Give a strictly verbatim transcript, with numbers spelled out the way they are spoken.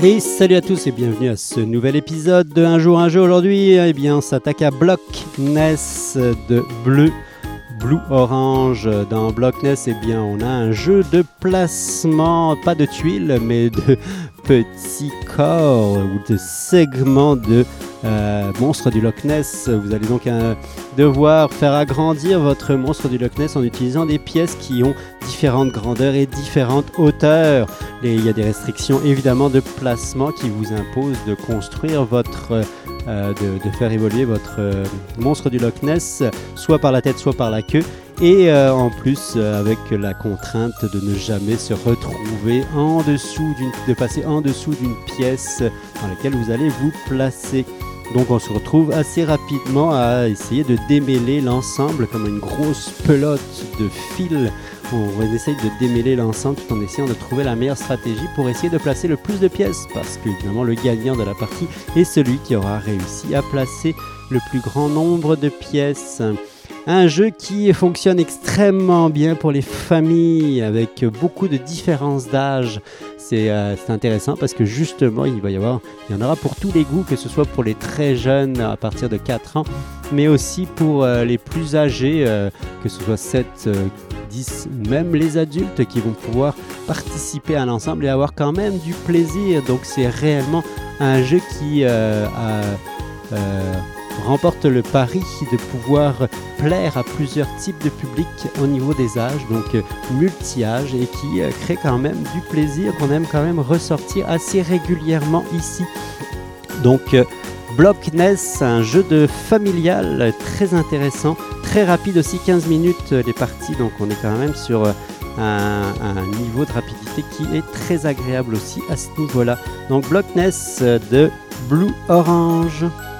Et salut à tous et bienvenue à ce nouvel épisode de Un jour un jeu. Aujourd'hui, eh bien, on s'attaque à Block Ness de Bleu, Blue Orange. Dans Block Ness, eh bien, on a un jeu de placement, pas de tuiles, mais de petits corps ou de segments de euh, monstres du Loch Ness. Vous allez donc euh, devoir faire agrandir votre monstre du Loch Ness en utilisant des pièces qui ont différentes grandeurs et différentes hauteurs. Et il y a des restrictions évidemment de placement qui vous imposent de construire votre, euh, de, de faire évoluer votre euh, monstre du Loch Ness, soit par la tête, soit par la queue. Et euh, en plus, euh, avec la contrainte de ne jamais se retrouver en dessous d'une, de passer en dessous d'une pièce dans laquelle vous allez vous placer. Donc on se retrouve assez rapidement à essayer de démêler l'ensemble comme une grosse pelote de fil. On essaye de démêler l'ensemble tout en essayant de trouver la meilleure stratégie pour essayer de placer le plus de pièces, parce que évidemment le gagnant de la partie est celui qui aura réussi à placer le plus grand nombre de pièces. Un jeu qui fonctionne extrêmement bien pour les familles, avec beaucoup de différences d'âge. C'est, euh, c'est intéressant parce que justement, il va y avoir, il y en aura pour tous les goûts, que ce soit pour les très jeunes à partir de quatre ans, mais aussi pour euh, les plus âgés, euh, que ce soit sept, dix, même les adultes qui vont pouvoir participer à l'ensemble et avoir quand même du plaisir. Donc c'est réellement un jeu qui euh, a... Euh, remporte le pari de pouvoir plaire à plusieurs types de publics au niveau des âges, donc euh, multi-âge, et qui euh, crée quand même du plaisir qu'on aime quand même ressortir assez régulièrement ici. Donc euh, Block Ness, un jeu de familial très intéressant, très rapide aussi, quinze minutes euh, les parties, donc on est quand même sur euh, un, un niveau de rapidité qui est très agréable aussi à ce niveau-là. Donc Block Ness euh, de Blue Orange.